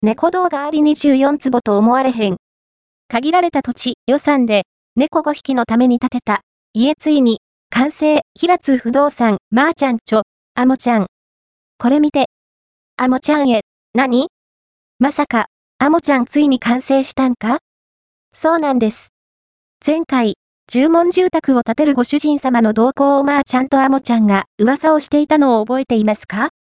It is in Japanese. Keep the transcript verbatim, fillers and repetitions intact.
猫動画ありにじゅうよんつぼと思われへん。限られた土地、予算で、猫ごひきのために建てた、家ついに、完成、平津不動産、まーちゃんちょ、あもちゃん。これ見て。あもちゃんへ、何？まさか、あもちゃんついに完成したんか？そうなんです。前回、注文住宅を建てるご主人様の動向をまーちゃんとあもちゃんが噂をしていたのを覚えていますか？